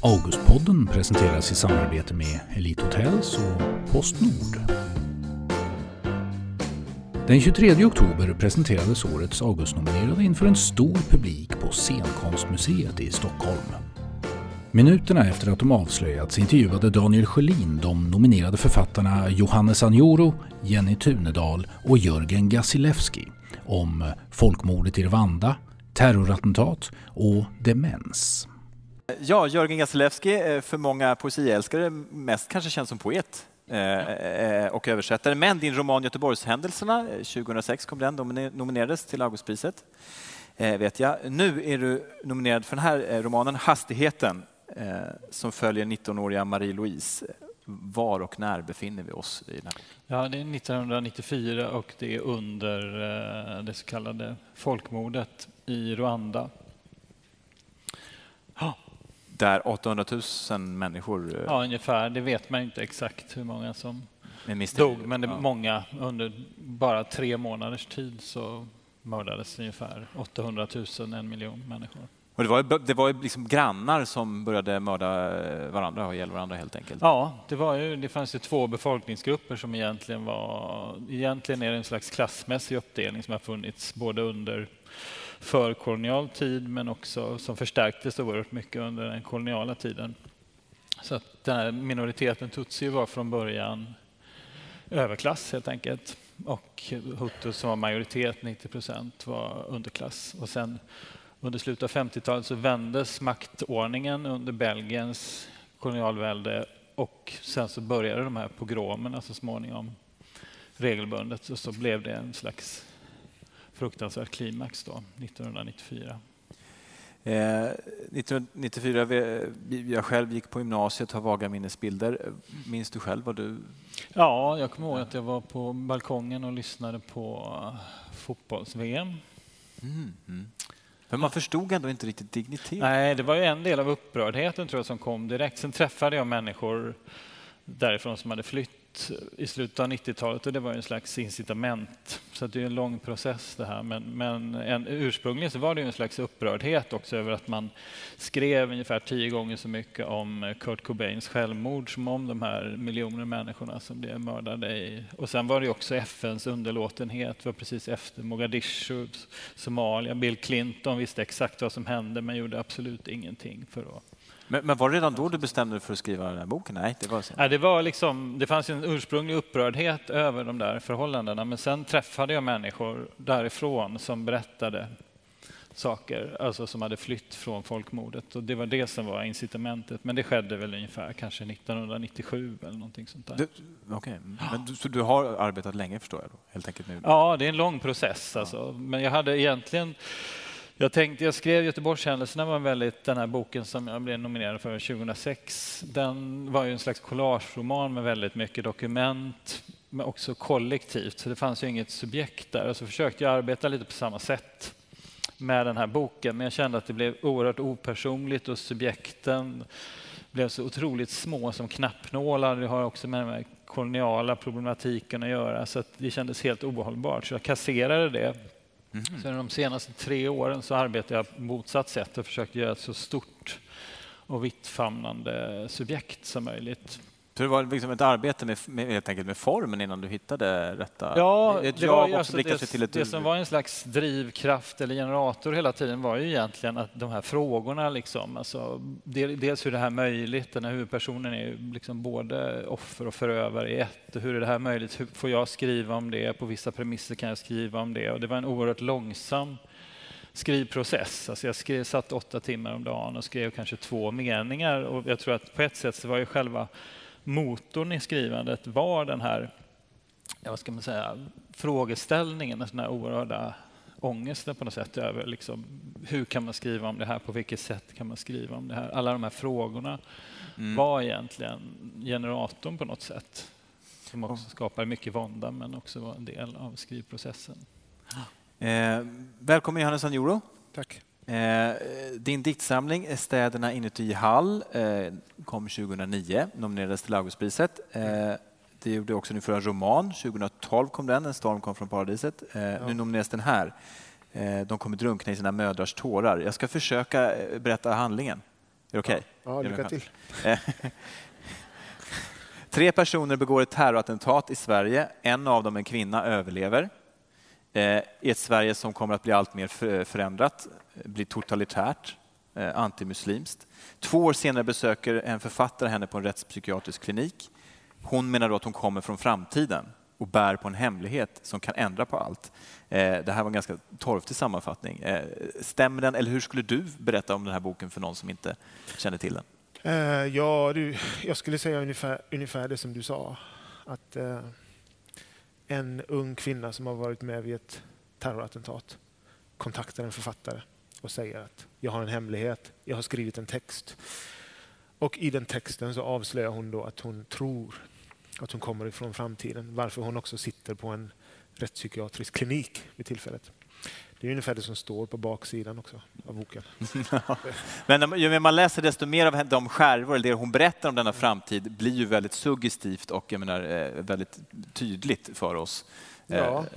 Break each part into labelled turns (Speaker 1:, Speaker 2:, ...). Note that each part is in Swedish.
Speaker 1: Augustpodden presenteras i samarbete med Elite Hotels och Postnord. Den 23 oktober presenterades årets Augustnominerade inför en stor publik på Scenkonstmuseet i Stockholm. Minuterna efter att de avslöjats intervjuade Daniel Sjölin de nominerade författarna Johannes Anjoro, Jenny Tunedal och Jörgen Gasilewski om folkmordet i Rwanda, terrorattentat och demens.
Speaker 2: Ja, Jörgen Gasilewski, för många poesiälskare mest kanske känns som poet och översättare. Men din roman Göteborgshändelserna, 2006 kom den, nominerades till Augustpriset, vet jag. Nu är du nominerad för den här romanen, Hastigheten, som följer 19-åriga Marie-Louise. Var och när befinner vi oss i den?
Speaker 3: Ja, det är 1994 och det är under det så kallade folkmordet i Rwanda.
Speaker 2: Där 800 000 människor...
Speaker 3: Ja, ungefär. Det vet man inte exakt hur många som dog. Men det är många. Under bara 3 månaders tid så mördades ungefär 800 000, 1 miljon människor.
Speaker 2: Och det var ju liksom grannar som började mörda varandra och ihjäl varandra helt enkelt.
Speaker 3: Ja, det fanns ju 2 befolkningsgrupper som egentligen är det en slags klassmässig uppdelning som har funnits både under förkolonial tid men också som förstärktes oerhört mycket under den koloniala tiden. Så att den här minoriteten Tutsi var från början överklass helt enkelt. Och Hutu som var majoritet, 90%, var underklass. Och sen under slutet av 50-talet så vändes maktordningen under Belgiens kolonialvälde och sen så började de här pogromerna så småningom regelbundet och så blev det en slags fruktansvärt klimax då, 1994.
Speaker 2: 1994, jag själv gick på gymnasiet, har vaga minnesbilder. Minns du själv vad du...
Speaker 3: Ja, jag kommer ihåg att jag var på balkongen och lyssnade på fotbolls-VM.
Speaker 2: Men man förstod ändå inte riktigt dignitet.
Speaker 3: Nej, det var ju en del av upprördheten tror jag som kom direkt. Sen träffade jag människor därifrån som hade flytt i slutet av 90-talet och det var en slags incitament. Så det är en lång process det här. Men ursprungligen så var det en slags upprördhet också över att man skrev ungefär 10 gånger så mycket om Kurt Cobains självmord som om de här miljoner människorna som blev mördade. Och sen var det också FNs underlåtenhet. Det var precis efter Mogadishu, Somalia. Bill Clinton visste exakt vad som hände men gjorde absolut ingenting för att...
Speaker 2: Men var det redan då du bestämde dig för att skriva den här boken? Nej, det var så.
Speaker 3: Nej, det fanns en ursprunglig upprördhet över de där förhållandena. Men sen träffade jag människor därifrån som berättade saker, alltså som hade flytt från folkmordet. Och det var det som var incitamentet. Men det skedde väl ungefär kanske 1997 eller någonting sånt där.
Speaker 2: Okej. Men så du har arbetat länge förstår jag då, helt enkelt nu?
Speaker 3: Ja, det är en lång process alltså. Men jag hade egentligen... Jag skrev Göteborgshändelserna den här boken som jag blev nominerad för 2006. Den var ju en slags collageroman med väldigt mycket dokument, men också kollektivt. Så det fanns ju inget subjekt där. Och så försökte jag arbeta lite på samma sätt med den här boken. Men jag kände att det blev oerhört opersonligt och subjekten blev så otroligt små som knappnålar. Det har också med den här koloniala problematiken att göra. Så att det kändes helt ohållbart. Så jag kasserade det. Så de senaste 3 åren så arbetar jag på motsatt sätt och försöker göra ett så stort och vittfamnande subjekt som möjligt.
Speaker 2: Så det var liksom ett arbete helt enkelt med formen innan du hittade rätta?
Speaker 3: Ja, det var ju alltså det som var en slags drivkraft eller generator hela tiden var ju egentligen att de här frågorna liksom, alltså, dels hur det här är möjligt, den här huvudpersonen är ju liksom både offer och förövare i ett. Och hur är det här möjligt? Hur får jag skriva om det? På vissa premisser kan jag skriva om det. Och det var en oerhört långsam skrivprocess. Alltså jag satt 8 timmar om dagen och skrev kanske 2 meningar. Och jag tror att på ett sätt så var ju själva motorn i skrivandet var den här, vad ska man säga, frågeställningen, den här oerhörda ångesten på något sätt över liksom, hur kan man skriva om det här, på vilket sätt kan man skriva om det här. Alla de här frågorna var egentligen generatorn på något sätt som också skapar mycket vånda men också var en del av skrivprocessen.
Speaker 2: Välkommen Johannes Anjoro.
Speaker 4: Tack.
Speaker 2: Din diktsamling Städerna inuti Hall kom 2009, nominerades till Augustpriset. Det gjorde också nu för en roman, 2012 kom den, En storm kom från paradiset. Nu nomineras den här. De kommer drunkna i sina mödrars tårar. Jag ska försöka berätta handlingen. det okej?
Speaker 4: Ja, lycka till.
Speaker 2: 3 personer begår ett terrorattentat i Sverige. En av dem, en kvinna, överlever. I ett Sverige som kommer att bli allt mer förändrat, blir totalitärt, antimuslimskt. 2 år senare besöker en författare henne på en rättspsykiatrisk klinik. Hon menar då att hon kommer från framtiden och bär på en hemlighet som kan ändra på allt. Det här var en ganska torftig sammanfattning. Stämmer den, eller hur skulle du berätta om den här boken för någon som inte känner till den?
Speaker 4: Jag skulle säga ungefär det som du sa. Att en ung kvinna som har varit med vid ett terrorattentat kontaktar en författare och säger att jag har en hemlighet, jag har skrivit en text. Och i den texten så avslöjar hon då att hon tror att hon kommer ifrån framtiden. Varför hon också sitter på en rättspsykiatrisk klinik vid tillfället. Det är ungefär det som står på baksidan också av boken.
Speaker 2: Men ju mer man läser, desto mer av de skärvor, eller det hon berättar om denna framtid, blir ju väldigt suggestivt och jag menar, väldigt tydligt för oss.
Speaker 4: Ja,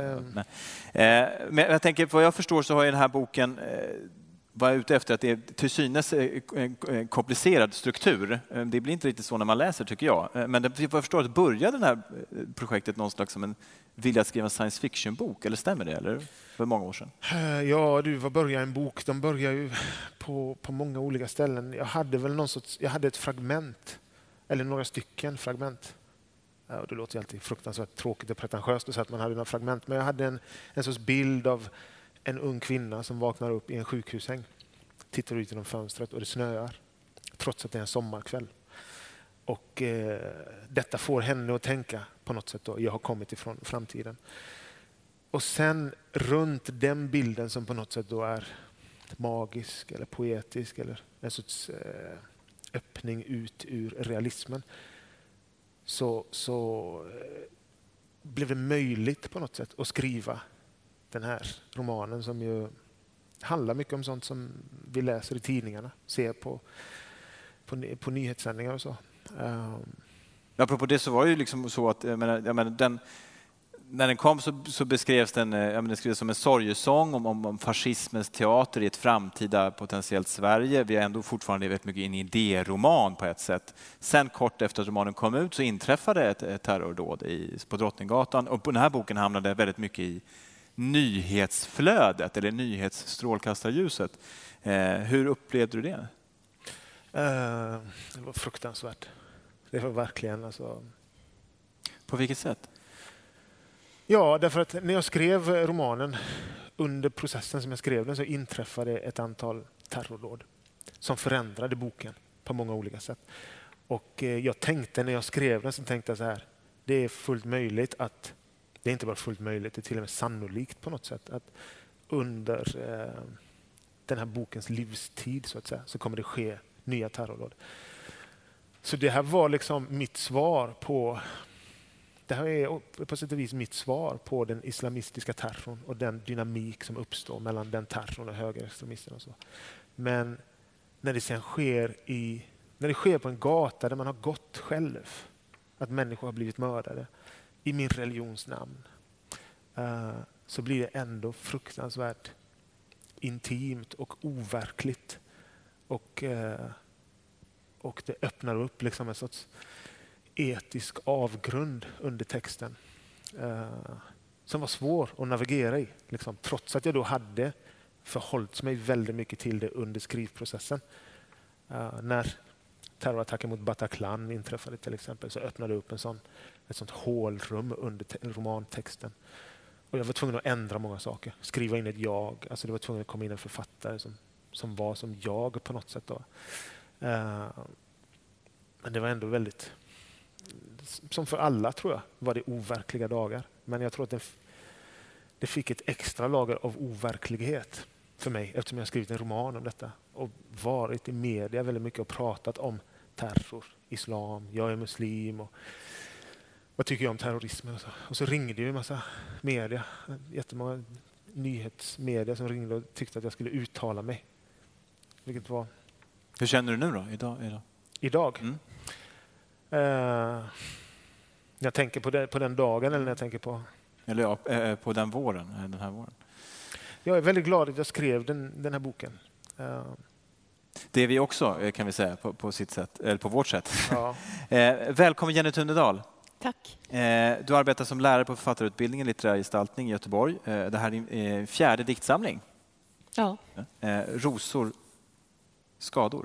Speaker 2: men jag tänker, vad jag förstår så har ju den här boken var ute efter att det är till synes en komplicerad struktur. Det blir inte riktigt så när man läser, tycker jag. Men jag förstår att började det här projektet någon slags som en vilja att skriva en science fiction-bok, eller stämmer det? Eller för många år sedan?
Speaker 4: Ja, vad börjar en bok? De börjar ju på många olika ställen. Jag hade ett fragment, eller några stycken fragment. Ja, det låter ju alltid fruktansvärt tråkigt och pretentiöst att säga att man hade några fragment. Men jag hade en sorts bild av en ung kvinna som vaknar upp i en sjukhussäng, tittar ut genom fönstret och det snöar, trots att det är en sommarkväll. Och detta får henne att tänka på något sätt då, jag har kommit ifrån framtiden. Och sen runt den bilden som på något sätt då är magisk eller poetisk eller en sorts öppning ut ur realismen, så blev det möjligt på något sätt att skriva den här romanen som ju handlar mycket om sånt som vi läser i tidningarna, ser på nyhetssändningar och så.
Speaker 2: Apropå det så var det ju liksom så att när den kom så beskrevs den skrevs som en sorgesång om fascismens teater i ett framtida potentiellt Sverige. Vi är ändå fortfarande väldigt mycket in i idéroman på ett sätt. Sen kort efter att romanen kom ut så inträffade ett terrordåd på Drottninggatan, och på den här boken hamnade väldigt mycket i nyhetsflödet eller nyhetsstrålkastarljuset. Hur upplevde du det?
Speaker 4: Det var fruktansvärt. Det var verkligen alltså...
Speaker 2: På vilket sätt?
Speaker 4: Ja, därför att när jag skrev romanen, under processen som jag skrev den, så inträffade ett antal terrordåd som förändrade boken på många olika sätt. Och jag tänkte när jag skrev den så tänkte jag så här, det är fullt möjligt att, det är inte bara fullt möjligt, det är till och med sannolikt på något sätt att under den här bokens livstid så att säga, så kommer det ske nya terrordåd. Så det här var liksom mitt svar på, det här är på sätt och vis mitt svar på den islamistiska terrorn och den dynamik som uppstår mellan den terrorn och högerextremisterna och så. Men när det sen sker på en gata där man har gått själv, att människor har blivit mördade i min religions namn, så blir det ändå fruktansvärt intimt och overkligt. Och det öppnar upp liksom en sorts etisk avgrund under texten som var svår att navigera i. Liksom, trots att jag då hade förhållit mig väldigt mycket till det under skrivprocessen. När terrorattacken mot Bataclan inträffade till exempel, så öppnade det upp ett sånt hålrum under romantexten. Och jag var tvungen att ändra många saker. Skriva in ett jag. Alltså det var tvungen att komma in en författare som var som jag på något sätt då. Men det var ändå väldigt, som för alla tror jag, var det overkliga dagar. Men jag tror att det fick ett extra lager av overklighet för mig eftersom jag skrivit en roman om detta och varit i media väldigt mycket och pratat om terror, islam, jag är muslim och vad tycker jag om terrorismen och så. Och så ringde ju en massa media, jättemånga nyhetsmedia som ringde och tyckte att jag skulle uttala mig. Vilket var...
Speaker 2: Hur känner du nu då?
Speaker 4: Idag? Mm. Jag tänker på den dagen eller när jag tänker på...
Speaker 2: Eller ja, på den här våren.
Speaker 4: Jag är väldigt glad att jag skrev den här boken.
Speaker 2: Det är vi också, kan vi säga, på sitt sätt, eller på vårt sätt.
Speaker 4: Ja.
Speaker 2: Välkommen Jenny Tunedal.
Speaker 5: Tack.
Speaker 2: Du arbetar som lärare på författarutbildningen litterär gestaltning i Göteborg. Det här är din fjärde diktsamling.
Speaker 5: Ja.
Speaker 2: Rosor, skador.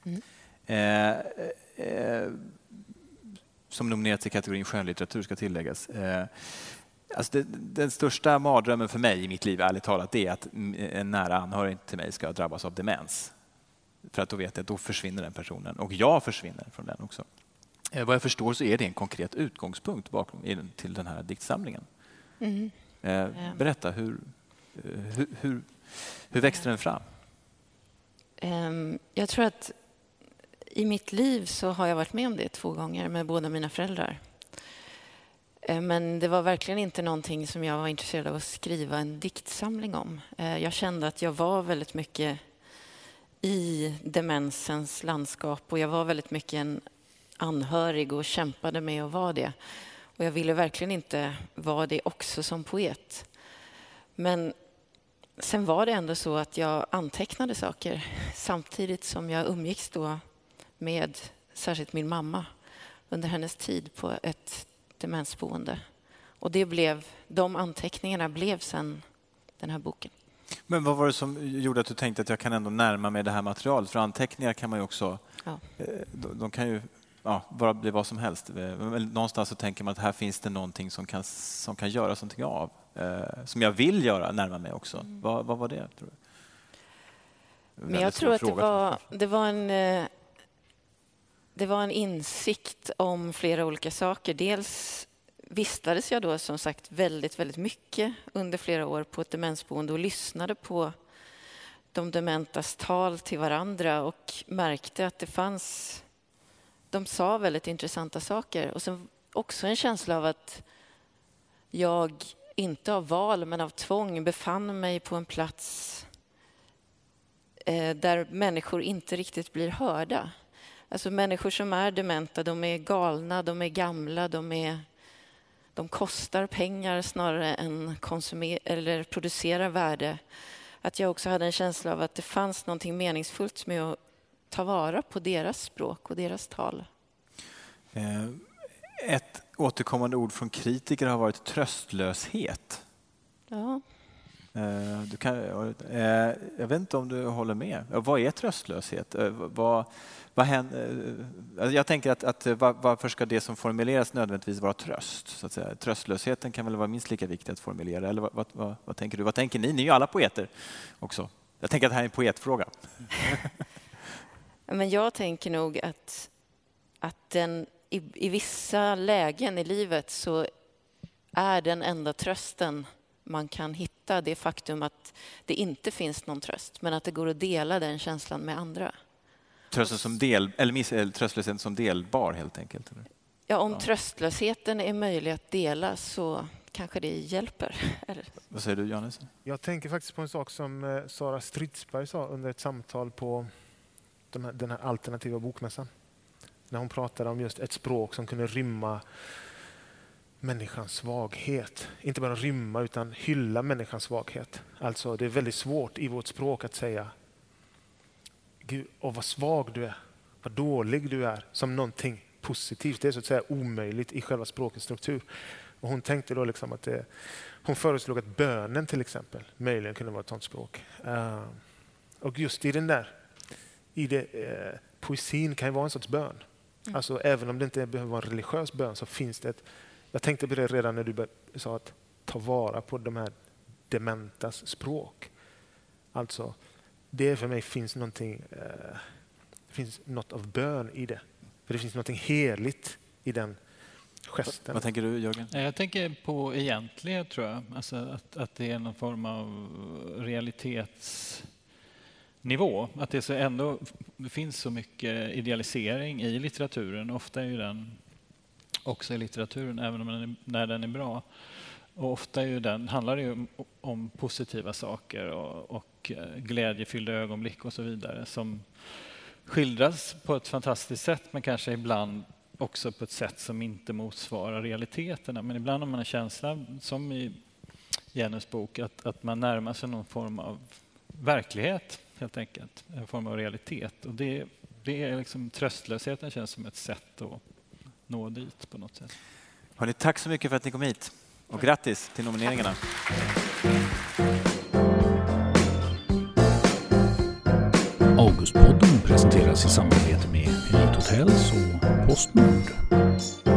Speaker 2: Som nominerats i kategorin skönlitteratur ska tilläggas. Alltså den största mardrömmen för mig i mitt liv, ärligt talat, det är att en nära anhörig till mig ska drabbas av demens. För att då vet jag att då försvinner den personen. Och jag försvinner från den också. Vad jag förstår så är det en konkret utgångspunkt bakom till den här diktsamlingen. Berätta, hur växte den fram?
Speaker 5: Jag tror att i mitt liv så har jag varit med om det 2 gånger med båda mina föräldrar. Men det var verkligen inte någonting som jag var intresserad av att skriva en diktsamling om. Jag kände att jag var väldigt mycket i demensens landskap och jag var väldigt mycket en anhörig och kämpade med att vara det. Och jag ville verkligen inte vara det också som poet. Men sen var det ändå så att jag antecknade saker samtidigt som jag umgicks då med särskilt min mamma under hennes tid på ett demensboende. Och de anteckningarna blev sen den här boken. Men
Speaker 2: vad var det som gjorde att du tänkte att jag kan ändå närma mig det här materialet? För anteckningar kan man ju också...
Speaker 5: Ja.
Speaker 2: De kan ju bara bli vad som helst. Någonstans så tänker man att här finns det någonting som kan göras någonting av. Som jag vill göra närma mig också. Vad var det, tror du?
Speaker 5: Men jag tror att det var en insikt om flera olika saker. Dels vistades jag då som sagt väldigt, väldigt mycket under flera år på ett demensboende och lyssnade på de dementas tal till varandra och märkte att de sa väldigt intressanta saker. Och sen också en känsla av att jag inte av val men av tvång befann mig på en plats där människor inte riktigt blir hörda. Alltså människor som är dementa, de är galna, de är gamla, de kostar pengar snarare än eller producera värde. Att jag också hade en känsla av att det fanns någonting meningsfullt med att ta vara på deras språk och deras tal.
Speaker 2: Ett återkommande ord från kritiker har varit tröstlöshet.
Speaker 5: Ja.
Speaker 2: Jag vet inte om du håller med. Vad är tröstlöshet? Vad händer? Jag tänker att varför ska det som formuleras nödvändigtvis vara tröst? Så att säga. Tröstlösheten kan väl vara minst lika viktigt att formulera. Eller vad tänker du? Vad tänker ni? Ni är ju alla poeter också. Jag tänker att det här är en poetfråga.
Speaker 5: Men jag tänker nog att den i vissa lägen i livet så är den enda trösten man kan hitta det faktum att det inte finns någon tröst, men att det går att dela den känslan med andra.
Speaker 2: Tröstlösheten som delbar helt enkelt? Eller?
Speaker 5: Ja, om tröstlösheten är möjlig att dela så kanske det hjälper. Eller?
Speaker 2: Vad säger du, Johannes?
Speaker 4: Jag tänker faktiskt på en sak som Sara Stridsberg sa under ett samtal på den här alternativa bokmässan. När hon pratade om just ett språk som kunde rymma människans svaghet. Inte bara rymma utan hylla människans svaghet. Alltså det är väldigt svårt i vårt språk att säga Gud, vad svag du är, vad dålig du är, som någonting positivt. Det är så att säga omöjligt i själva språkets struktur. Och hon tänkte då liksom att hon föreslog att bönen till exempel möjligen kunde vara ett sådant språk. Och just poesin kan ju vara en sorts bön. Alltså även om det inte behöver vara en religiös bön så finns det jag tänkte på det redan när du sa att ta vara på de här dementas språk. Alltså det för mig finns någonting finns något av bön i det. För det finns någonting heligt i den gesten.
Speaker 2: Vad tänker du, Jörgen?
Speaker 3: Jag tänker på egentlighet, tror jag. Alltså att det är någon form av realitetsnivå. Att det finns så mycket idealisering i litteraturen. Ofta är ju den också i litteraturen, även när den är bra. Och ofta handlar det ju om positiva saker och glädjefyllda ögonblick och så vidare som skildras på ett fantastiskt sätt, men kanske ibland också på ett sätt som inte motsvarar realiteterna. Men ibland har man en känsla, som i Jennys bok, att man närmar sig någon form av verklighet helt enkelt. En form av realitet. Och det är liksom tröstlösheten känns som ett sätt att nå dit på något sätt.
Speaker 2: Hörrni, tack så mycket för att ni kom hit. Och grattis till nomineringarna.
Speaker 1: Augustpodden presenteras i samarbete med Elite Hotels och Postnord.